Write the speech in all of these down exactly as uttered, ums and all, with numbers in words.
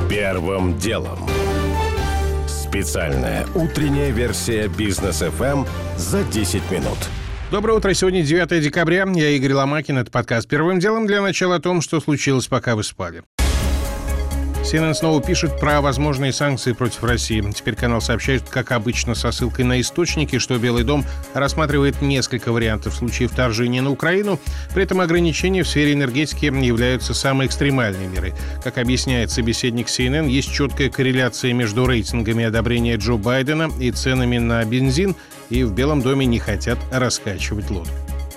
Первым делом. Специальная утренняя версия Бизнес эф эм за десять минут. Доброе утро. Сегодня девятое декабря. Я Игорь Ломакин. Это подкаст «Первым делом». Для начала о том, что случилось, пока вы спали. си эн эн снова пишет про возможные санкции против России. Теперь канал сообщает, как обычно, со ссылкой на источники, что Белый дом рассматривает несколько вариантов в случае вторжения на Украину. При этом ограничения в сфере энергетики являются самой экстремальной мерой. Как объясняет собеседник си эн эн, есть четкая корреляция между рейтингами одобрения Джо Байдена и ценами на бензин, и в Белом доме не хотят раскачивать лодку.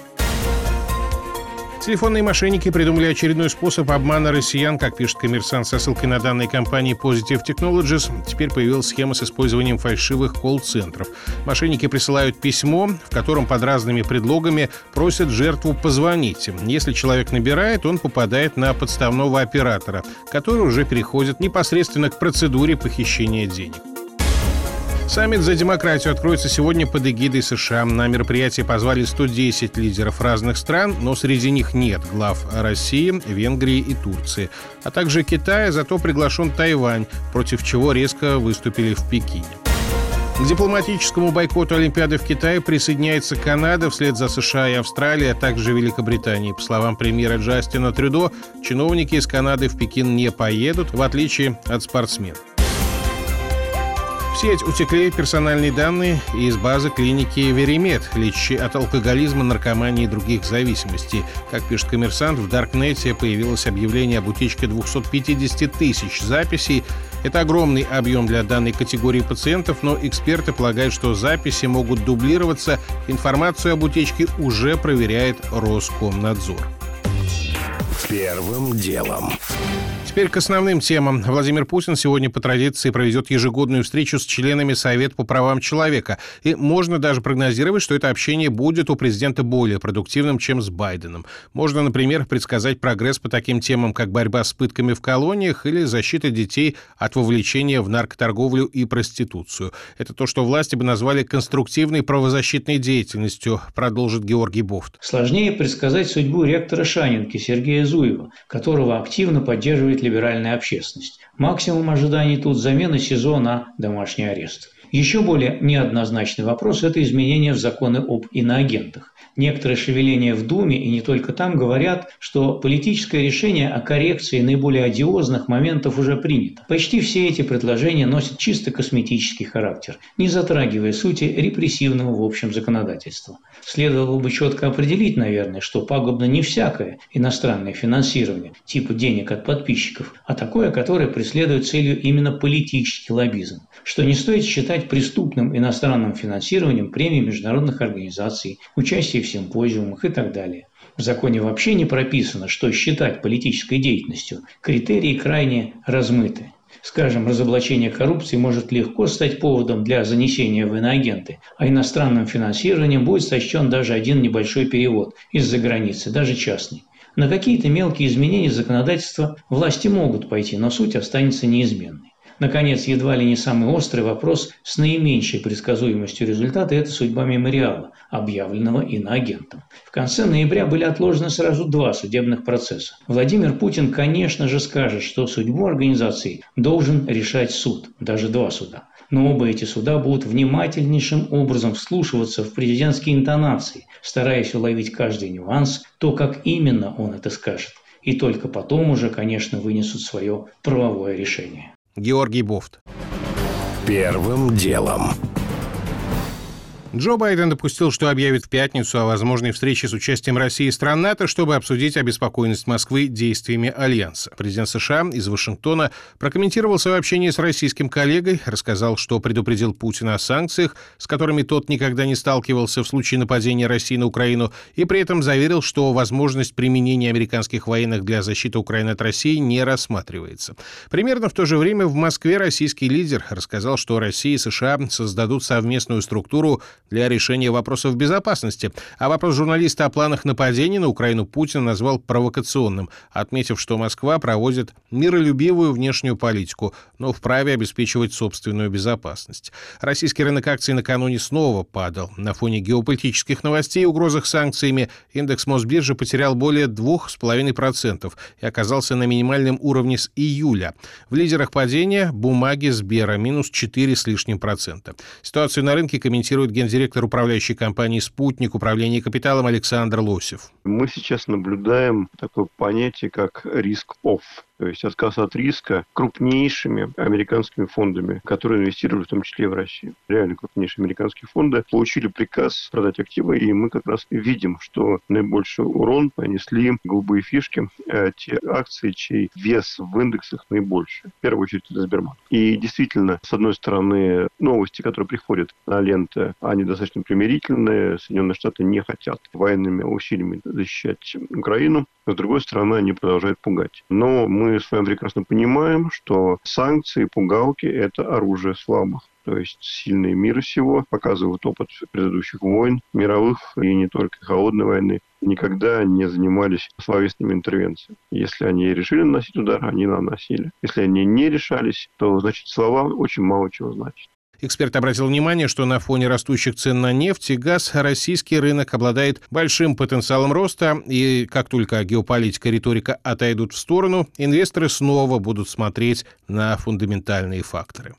Телефонные мошенники придумали очередной способ обмана россиян, как пишет «Коммерсант» со ссылкой на данные компании Positive Technologies. Теперь появилась схема с использованием фальшивых колл-центров. Мошенники присылают письмо, в котором под разными предлогами просят жертву позвонить. Если человек набирает, он попадает на подставного оператора, который уже переходит непосредственно к процедуре похищения денег. Саммит за демократию откроется сегодня под эгидой США. На мероприятие позвали сто десять лидеров разных стран, но среди них нет глав России, Венгрии и Турции, а также Китая, зато приглашен Тайвань, против чего резко выступили в Пекине. К дипломатическому бойкоту Олимпиады в Китае присоединяется Канада вслед за США и Австралией, а также Великобританией. По словам премьера Джастина Трюдо, чиновники из Канады в Пекин не поедут, в отличие от спортсменов. В сеть утекли персональные данные из базы клиники «Веримед», лечащей от алкоголизма, наркомании и других зависимостей. Как пишет «Коммерсант», в Даркнете появилось объявление об утечке двести пятьдесят тысяч записей. Это огромный объем для данной категории пациентов, но эксперты полагают, что записи могут дублироваться. Информацию об утечке уже проверяет Роскомнадзор. Первым делом. Теперь к основным темам. Владимир Путин сегодня по традиции проведет ежегодную встречу с членами Совета по правам человека. И можно даже прогнозировать, что это общение будет у президента более продуктивным, чем с Байденом. Можно, например, предсказать прогресс по таким темам, как борьба с пытками в колониях или защита детей от вовлечения в наркоторговлю и проституцию. Это то, что власти бы назвали конструктивной правозащитной деятельностью, продолжит Георгий Бофт. Сложнее предсказать судьбу ректора Шанинки Сергея Зуева, которого активно поддерживает либеральная общественность. Максимум ожиданий тут замена СИЗО на домашний арест. Еще более неоднозначный вопрос – это изменения в законы об иноагентах. Некоторые шевеления в Думе и не только там говорят, что политическое решение о коррекции наиболее одиозных моментов уже принято. Почти все эти предложения носят чисто косметический характер, не затрагивая сути репрессивного в общем законодательства. Следовало бы четко определить, наверное, что пагубно не всякое иностранное финансирование, типа денег от подписчиков, а такое, которое преследует целью именно политический лоббизм, что не стоит считать преступным иностранным финансированием премий международных организаций, участие в симпозиумах и так далее. В законе вообще не прописано, что считать политической деятельностью. Критерии крайне размыты. Скажем, разоблачение коррупции может легко стать поводом для занесения в иноагенты, а иностранным финансированием будет сочтен даже один небольшой перевод из-за границы, даже частный. На какие-то мелкие изменения законодательства власти могут пойти, но суть останется неизменной. Наконец, едва ли не самый острый вопрос с наименьшей предсказуемостью результата – это судьба мемориала, объявленного иноагентом. В конце ноября были отложены сразу два судебных процесса. Владимир Путин, конечно же, скажет, что судьбу организации должен решать суд, даже два суда. Но оба эти суда будут внимательнейшим образом вслушиваться в президентские интонации, стараясь уловить каждый нюанс, то, как именно он это скажет. И только потом уже, конечно, вынесут свое правовое решение. Георгий Бофт. Первым делом. Джо Байден допустил, что объявит в пятницу о возможной встрече с участием России и стран НАТО, чтобы обсудить обеспокоенность Москвы действиями Альянса. Президент США из Вашингтона прокомментировал свое общение с российским коллегой, рассказал, что предупредил Путина о санкциях, с которыми тот никогда не сталкивался в случае нападения России на Украину, и при этом заверил, что возможность применения американских военных для защиты Украины от России не рассматривается. Примерно в то же время в Москве российский лидер рассказал, что Россия и США создадут совместную структуру для решения вопросов безопасности. А вопрос журналиста о планах нападения на Украину Путин назвал провокационным, отметив, что Москва проводит миролюбивую внешнюю политику, но вправе обеспечивать собственную безопасность. Российский рынок акций накануне снова падал. На фоне геополитических новостей и угрозах санкциями индекс Мосбиржи потерял более два целых пять десятых процента и оказался на минимальном уровне с июля. В лидерах падения бумаги Сбера минус четыре с лишним процента. Ситуацию на рынке комментирует гендиректор управляющей компании «Спутник» управления капиталом Александр Лосев. Мы сейчас наблюдаем такое понятие, как риск-офф. То есть отказ от риска крупнейшими американскими фондами, которые инвестировали в том числе и в Россию. Реально крупнейшие американские фонды получили приказ продать активы, и мы как раз видим, что наибольший урон понесли голубые фишки, те акции, чей вес в индексах наибольший. В первую очередь это Сбербанк. И действительно, с одной стороны, новости, которые приходят на ленты, они достаточно примирительные. Соединенные Штаты не хотят военными усилиями защищать Украину. С другой стороны, они продолжают пугать. Но мы с вами прекрасно понимаем, что санкции, пугалки – это оружие слабых. То есть сильные мира сего показывают опыт предыдущих войн, мировых и не только холодной войны, никогда не занимались словесными интервенциями. Если они решили наносить удар, они наносили. Если они не решались, то, значит, слова очень мало чего значат. Эксперт обратил внимание, что на фоне растущих цен на нефть и газ российский рынок обладает большим потенциалом роста, и как только геополитика и риторика отойдут в сторону, инвесторы снова будут смотреть на фундаментальные факторы.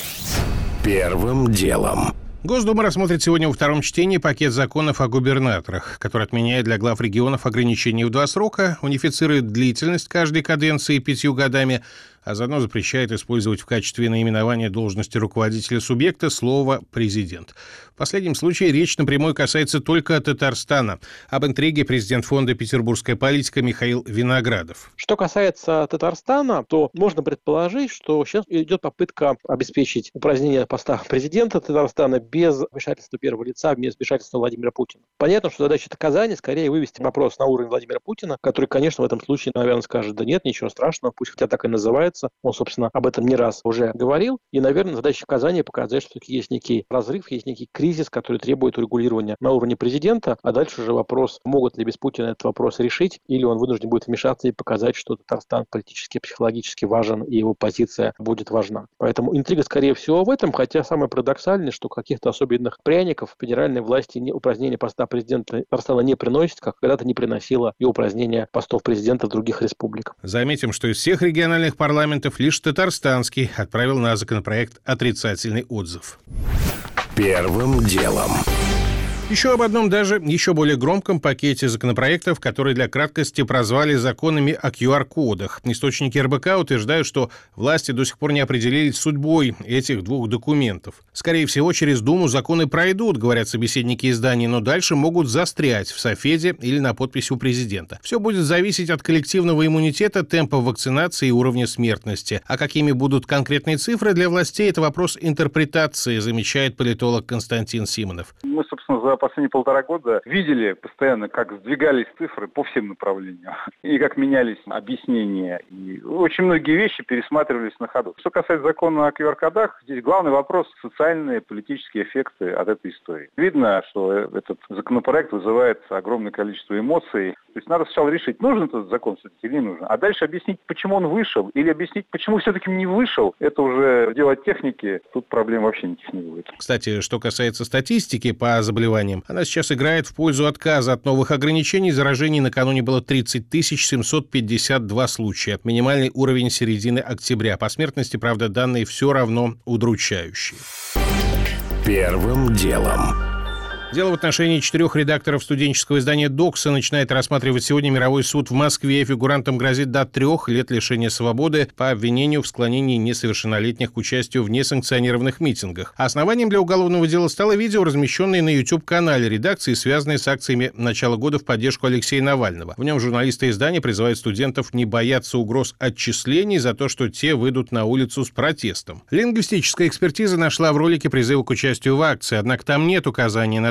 Первым делом. Госдума рассмотрит сегодня во втором чтении пакет законов о губернаторах, который отменяет для глав регионов ограничения в два срока, унифицирует длительность каждой каденции пятью годами, а заодно запрещает использовать в качестве наименования должности руководителя субъекта слово «президент». В последнем случае речь напрямую касается только Татарстана. Об интриге президент фонда «Петербургская политика» Михаил Виноградов. Что касается Татарстана, то можно предположить, что сейчас идет попытка обеспечить упразднение поста президента Татарстана без вмешательства первого лица, без вмешательства Владимира Путина. Понятно, что задача Казани скорее вывести вопрос на уровень Владимира Путина, который, конечно, в этом случае, наверное, скажет: да нет, ничего страшного, пусть хотя так и называется. Он, собственно, об этом не раз уже говорил. И, наверное, задача Казани показать, что есть некий разрыв, есть некий кризис, который требует урегулирования на уровне президента. А дальше уже вопрос, могут ли без Путина этот вопрос решить, или он вынужден будет вмешаться и показать, что Татарстан политически, психологически важен, и его позиция будет важна. Поэтому интрига, скорее всего, в этом, хотя самое парадоксальное, что каких-то особенных пряников федеральной власти не, упразднение поста президента Татарстана не приносит, как когда-то не приносило и упразднение постов президента в других республиках. Заметим, что из всех региональных парламентов лишь татарстанский отправил на законопроект отрицательный отзыв. Первым делом. Еще об одном даже еще более громком пакете законопроектов, который для краткости прозвали законами о ку ар кодах. Источники эр бэ ка утверждают, что власти до сих пор не определились с судьбой этих двух документов. Скорее всего, через Думу законы пройдут, говорят собеседники издания, но дальше могут застрять в Софеде или на подписи у президента. Все будет зависеть от коллективного иммунитета, темпа вакцинации и уровня смертности. А какими будут конкретные цифры для властей, это вопрос интерпретации, замечает политолог Константин Симонов. Мы, собственно, за последние полтора года видели постоянно, как сдвигались цифры по всем направлениям и как менялись объяснения. И очень многие вещи пересматривались на ходу. Что касается закона о ку ар кодах, здесь главный вопрос – социальные, политические эффекты от этой истории. Видно, что этот законопроект вызывает огромное количество эмоций. То есть надо сначала решить, нужен этот закон все-таки или не нужен, а дальше объяснить, почему он вышел, или объяснить, почему все-таки не вышел. Это уже дело техники, тут проблем вообще никаких не будет. Кстати, что касается статистики по заболеваниям, она сейчас играет в пользу отказа от новых ограничений. Заражений накануне было тридцать тысяч семьсот пятьдесят два случая. Минимальный уровень середины октября. По смертности, правда, данные все равно удручающие. Первым делом. Дело в отношении четырех редакторов студенческого издания «Докса» начинает рассматривать сегодня мировой суд в Москве. Фигурантам грозит до трех лет лишения свободы по обвинению в склонении несовершеннолетних к участию в несанкционированных митингах. Основанием для уголовного дела стало видео, размещенное на YouTube-канале редакции, связанное с акциями начала года в поддержку Алексея Навального. В нем журналисты издания призывают студентов не бояться угроз отчислений за то, что те выйдут на улицу с протестом. Лингвистическая экспертиза нашла в ролике призывы к участию в акции, однако там нет указания на то,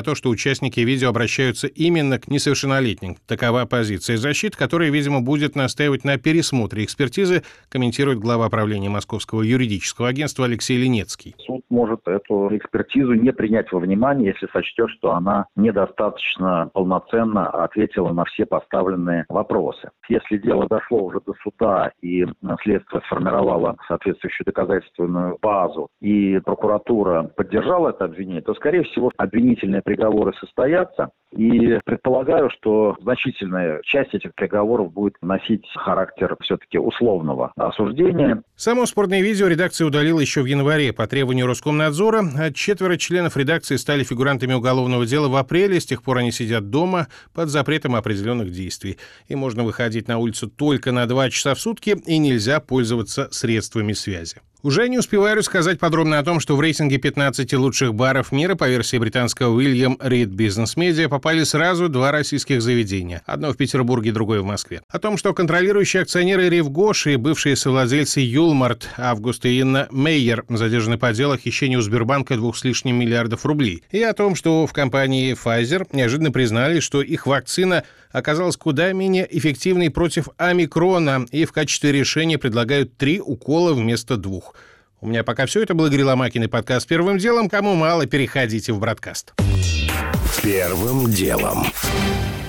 то, что участники видео обращаются именно к несовершеннолетним. Такова позиция защиты, которая, видимо, будет настаивать на пересмотре экспертизы, комментирует глава правления Московского юридического агентства Алексей Ленецкий. Суд может эту экспертизу не принять во внимание, если сочтет, что она недостаточно полноценно ответила на все поставленные вопросы. Если дело дошло уже до суда и следствие сформировало соответствующую доказательственную базу и прокуратура поддержала это обвинение, то, скорее всего, обвинительные приговоры состоятся. И предполагаю, что значительная часть этих приговоров будет носить характер все-таки условного осуждения. Само спорное видео редакция удалила еще в январе по требованию Роскомнадзора, а четверо членов редакции стали фигурантами уголовного дела в апреле. С тех пор они сидят дома под запретом определенных действий. И можно выходить на улицу только на два часа в сутки, и нельзя пользоваться средствами связи. Уже не успеваю рассказать подробно о том, что в рейтинге пятнадцати лучших баров мира по версии британского William Reed Business Media попали сразу два российских заведения. Одно в Петербурге, другое в Москве. О том, что контролирующие акционеры Ревгош и бывшие совладельцы Юлмарт Август и Инна Мейер задержаны по делу о хищении у Сбербанка двух с лишним миллиардов рублей. И о том, что в компании Pfizer неожиданно признали, что их вакцина оказалась куда менее эффективной против омикрона, и в качестве решения предлагают три укола вместо двух. У меня пока все. Это был Игорь Ломакин и подкаст «Первым делом». Кому мало, переходите в Бродкаст. Первым делом.